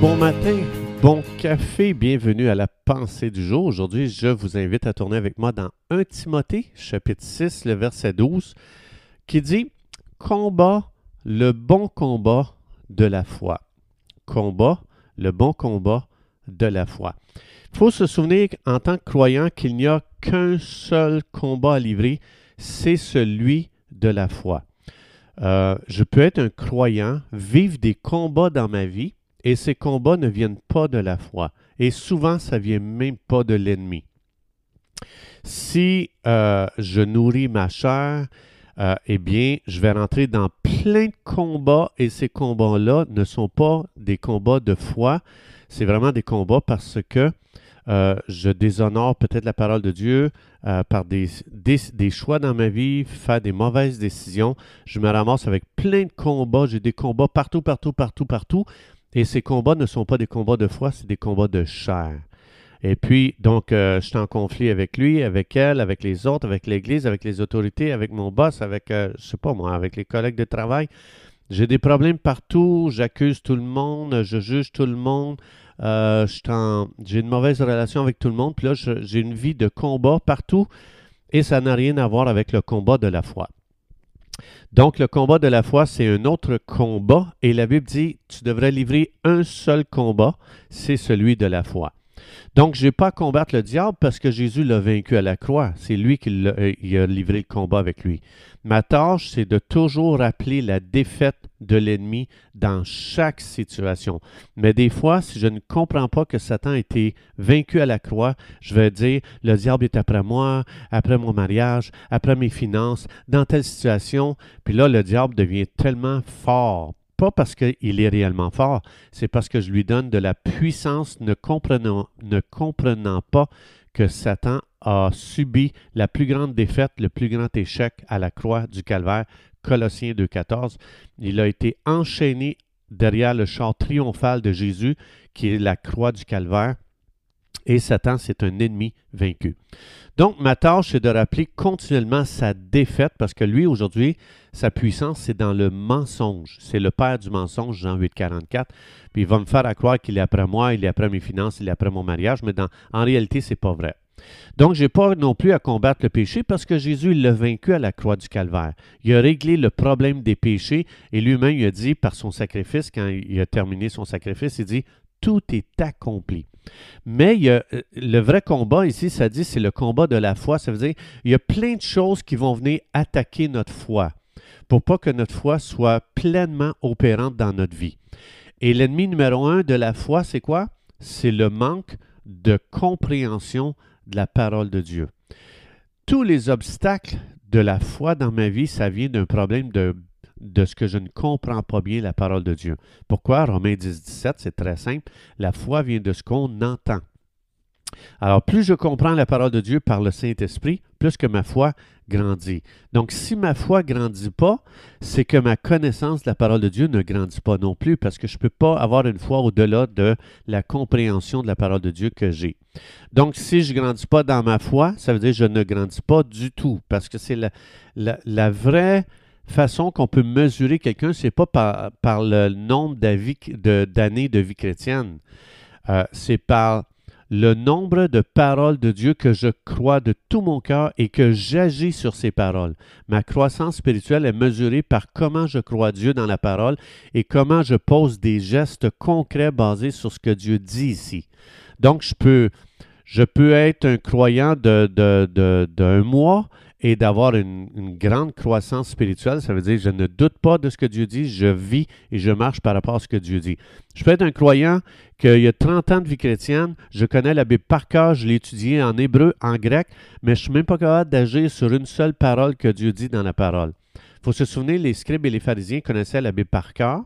Bon matin, bon café, bienvenue à la pensée du jour. Aujourd'hui, je vous invite à tourner avec moi dans 1 Timothée, chapitre 6, le verset 12, qui dit « Combat le bon combat de la foi. » Combat le bon combat de la foi. Il faut se souvenir en tant que croyant qu'il n'y a qu'un seul combat à livrer, c'est celui de la foi. Je peux être un croyant, vivre des combats dans ma vie, et ces combats ne viennent pas de la foi. Et souvent, ça ne vient même pas de l'ennemi. Si je nourris ma chair, eh bien, je vais rentrer dans plein de combats, et ces combats-là ne sont pas des combats de foi, c'est vraiment des combats parce que je déshonore peut-être la parole de Dieu par des choix dans ma vie, faire des mauvaises décisions. Je me ramasse avec plein de combats. J'ai des combats partout. Et ces combats ne sont pas des combats de foi, c'est des combats de chair. Et puis, donc, je suis en conflit avec lui, avec elle, avec les autres, avec l'Église, avec les autorités, avec mon boss, avec, je sais pas moi, avec les collègues de travail. J'ai des problèmes partout, j'accuse tout le monde, je juge tout le monde. J'ai une mauvaise relation avec tout le monde, puis là, j'ai une vie de combat partout, et ça n'a rien à voir avec le combat de la foi. Donc, le combat de la foi, c'est un autre combat, et la Bible dit, tu devrais livrer un seul combat, c'est celui de la foi. Donc, je n'ai pas à combattre le diable parce que Jésus l'a vaincu à la croix. C'est lui qui a livré le combat avec lui. Ma tâche, c'est de toujours rappeler la défaite de l'ennemi dans chaque situation. Mais des fois, si je ne comprends pas que Satan a été vaincu à la croix, je vais dire, le diable est après moi, après mon mariage, après mes finances, dans telle situation. Puis là, le diable devient tellement fort. Pas parce qu'il est réellement fort, c'est parce que je lui donne de la puissance, ne comprenant pas que Satan a subi la plus grande défaite, le plus grand échec à la croix du Calvaire, Colossiens 2,14. Il a été enchaîné derrière le char triomphal de Jésus, qui est la croix du Calvaire, et Satan, c'est un ennemi vaincu. Donc, ma tâche, c'est de rappeler continuellement sa défaite, parce que lui, aujourd'hui, sa puissance, c'est dans le mensonge. C'est le père du mensonge, Jean 8, 44. Puis il va me faire croire qu'il est après moi, il est après mes finances, il est après mon mariage, mais en réalité, ce n'est pas vrai. Donc, je n'ai pas non plus à combattre le péché parce que Jésus, il l'a vaincu à la croix du Calvaire. Il a réglé le problème des péchés et lui-même, il a dit par son sacrifice, quand il a terminé son sacrifice, il dit « Tout est accompli ». Mais le vrai combat ici, ça dit, c'est le combat de la foi. Ça veut dire il y a plein de choses qui vont venir attaquer notre foi pour pas que notre foi soit pleinement opérante dans notre vie. Et l'ennemi numéro 1 de la foi, c'est quoi? C'est le manque de compréhension de la parole de Dieu. Tous les obstacles de la foi dans ma vie, ça vient d'un problème de ce que je ne comprends pas bien la parole de Dieu. Pourquoi? Romains 10, 17, c'est très simple. La foi vient de ce qu'on entend. Alors, plus je comprends la parole de Dieu par le Saint-Esprit, plus que ma foi grandit. Donc, si ma foi ne grandit pas, c'est que ma connaissance de la parole de Dieu ne grandit pas non plus, parce que je ne peux pas avoir une foi au-delà de la compréhension de la parole de Dieu que j'ai. Donc, si je ne grandis pas dans ma foi, ça veut dire que je ne grandis pas du tout, parce que c'est la vraie façon qu'on peut mesurer quelqu'un, ce n'est pas par le nombre d'années de vie chrétienne, c'est par le nombre de paroles de Dieu que je crois de tout mon cœur et que j'agis sur ces paroles. Ma croissance spirituelle est mesurée par comment je crois Dieu dans la parole et comment je pose des gestes concrets basés sur ce que Dieu dit ici. Donc, je peux être un croyant d'un mois et d'avoir une grande croissance spirituelle. Ça veut dire que je ne doute pas de ce que Dieu dit, je vis et je marche par rapport à ce que Dieu dit. Je peux être un croyant qu'il y a 30 ans de vie chrétienne, je connais la Bible par cœur, je l'ai étudiée en hébreu, en grec, mais je ne suis même pas capable d'agir sur une seule parole que Dieu dit dans la parole. Il faut se souvenir, les scribes et les pharisiens connaissaient la Bible par cœur,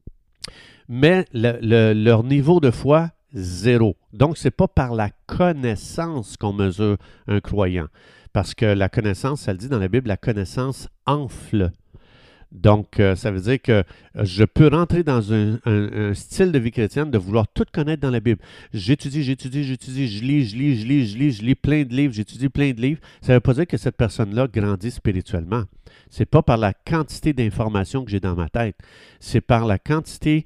mais leur niveau de foi, zéro. Donc, ce n'est pas par la connaissance qu'on mesure un croyant. Parce que la connaissance, ça le dit dans la Bible, la connaissance enfle. Donc, ça veut dire que je peux rentrer dans un style de vie chrétienne de vouloir tout connaître dans la Bible. J'étudie, je lis plein de livres, j'étudie plein de livres. Ça ne veut pas dire que cette personne-là grandit spirituellement. C'est pas par la quantité d'informations que j'ai dans ma tête. C'est par la quantité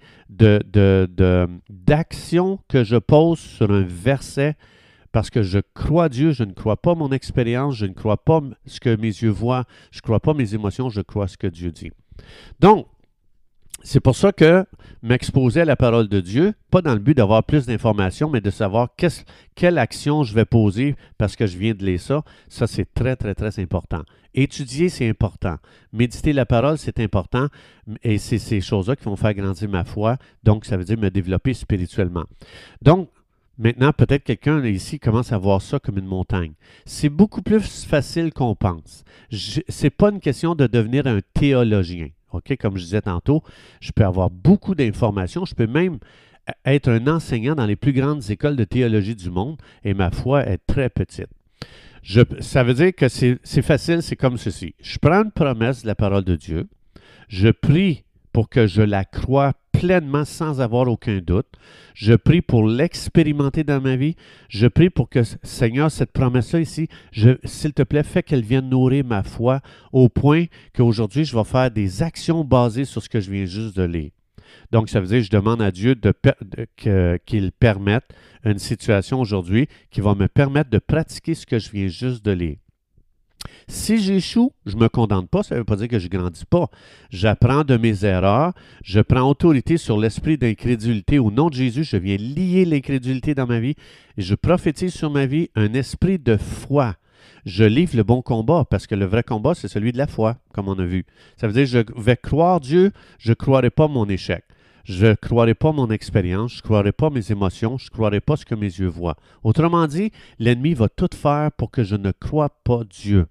d'actions que je pose sur un verset parce que je crois Dieu, je ne crois pas mon expérience, je ne crois pas ce que mes yeux voient, je ne crois pas mes émotions, je crois ce que Dieu dit. Donc, c'est pour ça que m'exposer à la parole de Dieu, pas dans le but d'avoir plus d'informations, mais de savoir quelle action je vais poser parce que je viens de lire ça, ça c'est très, très, très important. Étudier, c'est important. Méditer la parole, c'est important. Et c'est ces choses-là qui vont faire grandir ma foi. Donc, ça veut dire me développer spirituellement. Donc, maintenant, peut-être quelqu'un ici commence à voir ça comme une montagne. C'est beaucoup plus facile qu'on pense. Ce n'est pas une question de devenir un théologien. OK? Comme je disais tantôt, je peux avoir beaucoup d'informations. Je peux même être un enseignant dans les plus grandes écoles de théologie du monde et ma foi est très petite. Ça veut dire que c'est facile, c'est comme ceci. Je prends une promesse de la parole de Dieu. Je prie pour que je la croie pleinement sans avoir aucun doute. Je prie pour l'expérimenter dans ma vie. Je prie pour que, Seigneur, cette promesse-là ici, s'il te plaît, fais qu'elle vienne nourrir ma foi au point qu'aujourd'hui, je vais faire des actions basées sur ce que je viens juste de lire. Donc, ça veut dire que je demande à Dieu qu'il permette une situation aujourd'hui qui va me permettre de pratiquer ce que je viens juste de lire. Si j'échoue, je ne me condamne pas, ça ne veut pas dire que je ne grandis pas. J'apprends de mes erreurs, je prends autorité sur l'esprit d'incrédulité. Au nom de Jésus, je viens lier l'incrédulité dans ma vie et je prophétise sur ma vie un esprit de foi. Je livre le bon combat parce que le vrai combat, c'est celui de la foi, comme on a vu. Ça veut dire que je vais croire Dieu, je ne croirai pas mon échec. Je ne croirai pas mon expérience, je ne croirai pas mes émotions, je ne croirai pas ce que mes yeux voient. Autrement dit, l'ennemi va tout faire pour que je ne croie pas Dieu.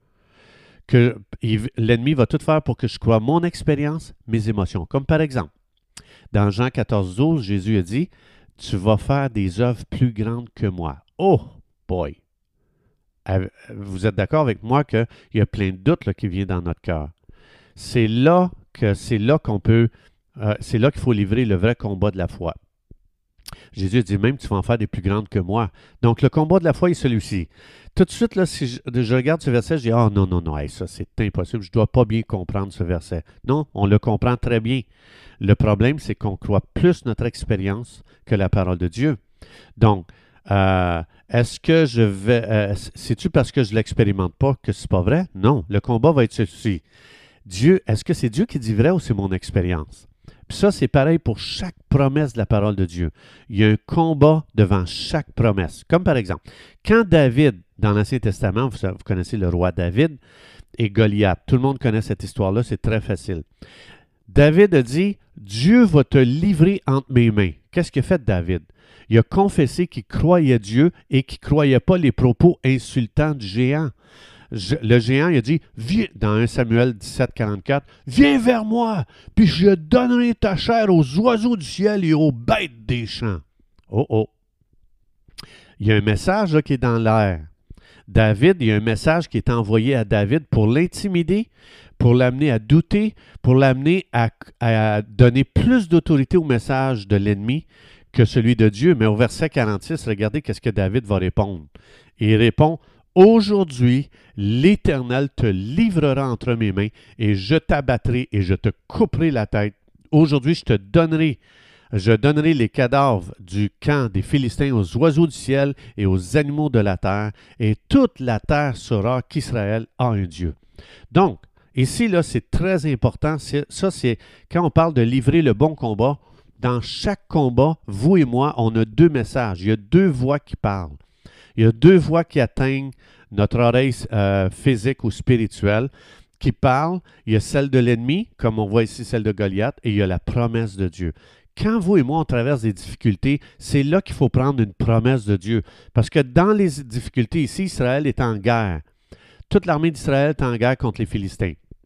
L'ennemi va tout faire pour que je croie mon expérience, mes émotions. Comme par exemple, dans Jean 14, 12, Jésus a dit, « Tu vas faire des œuvres plus grandes que moi. » Oh boy! Vous êtes d'accord avec moi qu'il y a plein de doutes là, qui viennent dans notre cœur. C'est là qu'on peut... c'est là qu'il faut livrer le vrai combat de la foi. Jésus a dit même, tu vas en faire des plus grandes que moi. Donc, le combat de la foi est celui-ci. Tout de suite, là, si je regarde ce verset, je dis, ah non, hey, ça c'est impossible, je ne dois pas bien comprendre ce verset. Non, on le comprend très bien. Le problème, c'est qu'on croit plus notre expérience que la parole de Dieu. Donc, est-ce que je vais... c'est-tu parce que je ne l'expérimente pas que ce n'est pas vrai? Non, le combat va être celui-ci. Dieu, est-ce que c'est Dieu qui dit vrai ou c'est mon expérience? Puis ça, c'est pareil pour chaque promesse de la parole de Dieu. Il y a un combat devant chaque promesse. Comme par exemple, quand David, dans l'Ancien Testament, vous connaissez le roi David et Goliath. Tout le monde connaît cette histoire-là, c'est très facile. David a dit, Dieu va te livrer entre mes mains. Qu'est-ce qu'a fait David? Il a confessé qu'il croyait Dieu et qu'il ne croyait pas les propos insultants du géant. Le géant, il a dit, viens, dans 1 Samuel 17, 44, viens vers moi, puis je donnerai ta chair aux oiseaux du ciel et aux bêtes des champs. Oh, oh. Il y a un message là, qui est dans l'air. David, il y a un message qui est envoyé à David pour l'intimider, pour l'amener à douter, pour l'amener à donner plus d'autorité au message de l'ennemi que celui de Dieu. Mais au verset 46, regardez qu'est-ce que David va répondre. Il répond, « Aujourd'hui, l'Éternel te livrera entre mes mains et je t'abattrai et je te couperai la tête. Aujourd'hui, je donnerai les cadavres du camp des Philistins aux oiseaux du ciel et aux animaux de la terre, et toute la terre saura qu'Israël a un Dieu. » Donc, ici, là, c'est très important. Ça, c'est quand on parle de livrer le bon combat. Dans chaque combat, vous et moi, on a deux messages. Il y a deux voix qui parlent. Il y a deux voix qui atteignent notre oreille physique ou spirituelle, qui parlent. Il y a celle de l'ennemi, comme on voit ici celle de Goliath, et il y a la promesse de Dieu. Quand vous et moi, on traverse des difficultés, c'est là qu'il faut prendre une promesse de Dieu. Parce que dans les difficultés ici, Israël est en guerre. Toute l'armée d'Israël est en guerre contre les Philistins.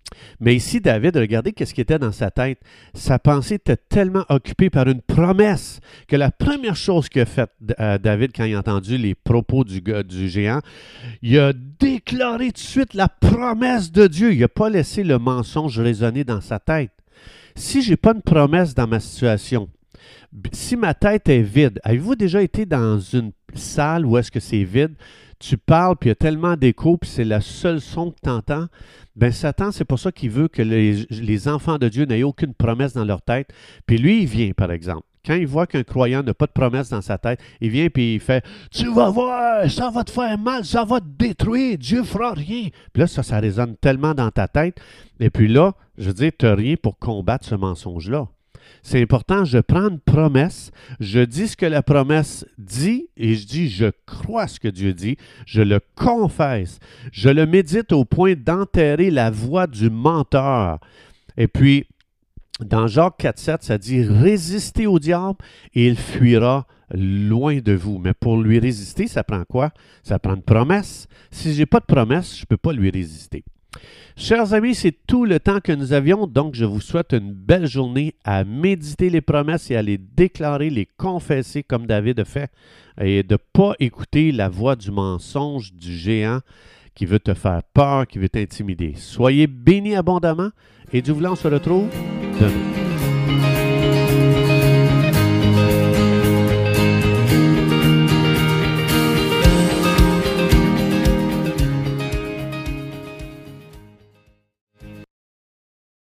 Mais ici, David, regardez qu'est-ce qui était dans sa tête. Sa pensée était tellement occupée par une promesse que la première chose qu'a faite David quand il a entendu les propos du géant, il a déclaré tout de suite la promesse de Dieu. Il n'a pas laissé le mensonge résonner dans sa tête. Si je n'ai pas une promesse dans ma situation, si ma tête est vide, avez-vous déjà été dans une salle où est-ce que c'est vide? Tu parles, puis il y a tellement d'écho, puis c'est le seul son que tu entends. Bien, Satan, c'est pour ça qu'il veut que les enfants de Dieu n'aient aucune promesse dans leur tête. Puis lui, il vient, par exemple. Quand il voit qu'un croyant n'a pas de promesse dans sa tête, il vient puis il fait « Tu vas voir, ça va te faire mal, ça va te détruire, Dieu fera rien. » Puis là, ça résonne tellement dans ta tête. Et puis là, je veux dire, tu n'as rien pour combattre ce mensonge-là. C'est important, je prends une promesse, je dis ce que la promesse dit et je dis je crois ce que Dieu dit, je le confesse, je le médite au point d'enterrer la voix du menteur. Et puis, dans Jacques 4,7, ça dit résistez au diable et il fuira loin de vous. Mais pour lui résister, ça prend quoi? Ça prend une promesse. Si je n'ai pas de promesse, je ne peux pas lui résister. Chers amis, c'est tout le temps que nous avions, donc je vous souhaite une belle journée à méditer les promesses et à les déclarer, les confesser comme David a fait, et de ne pas écouter la voix du mensonge du géant qui veut te faire peur, qui veut t'intimider. Soyez bénis abondamment et Dieu voulant, on se retrouve demain.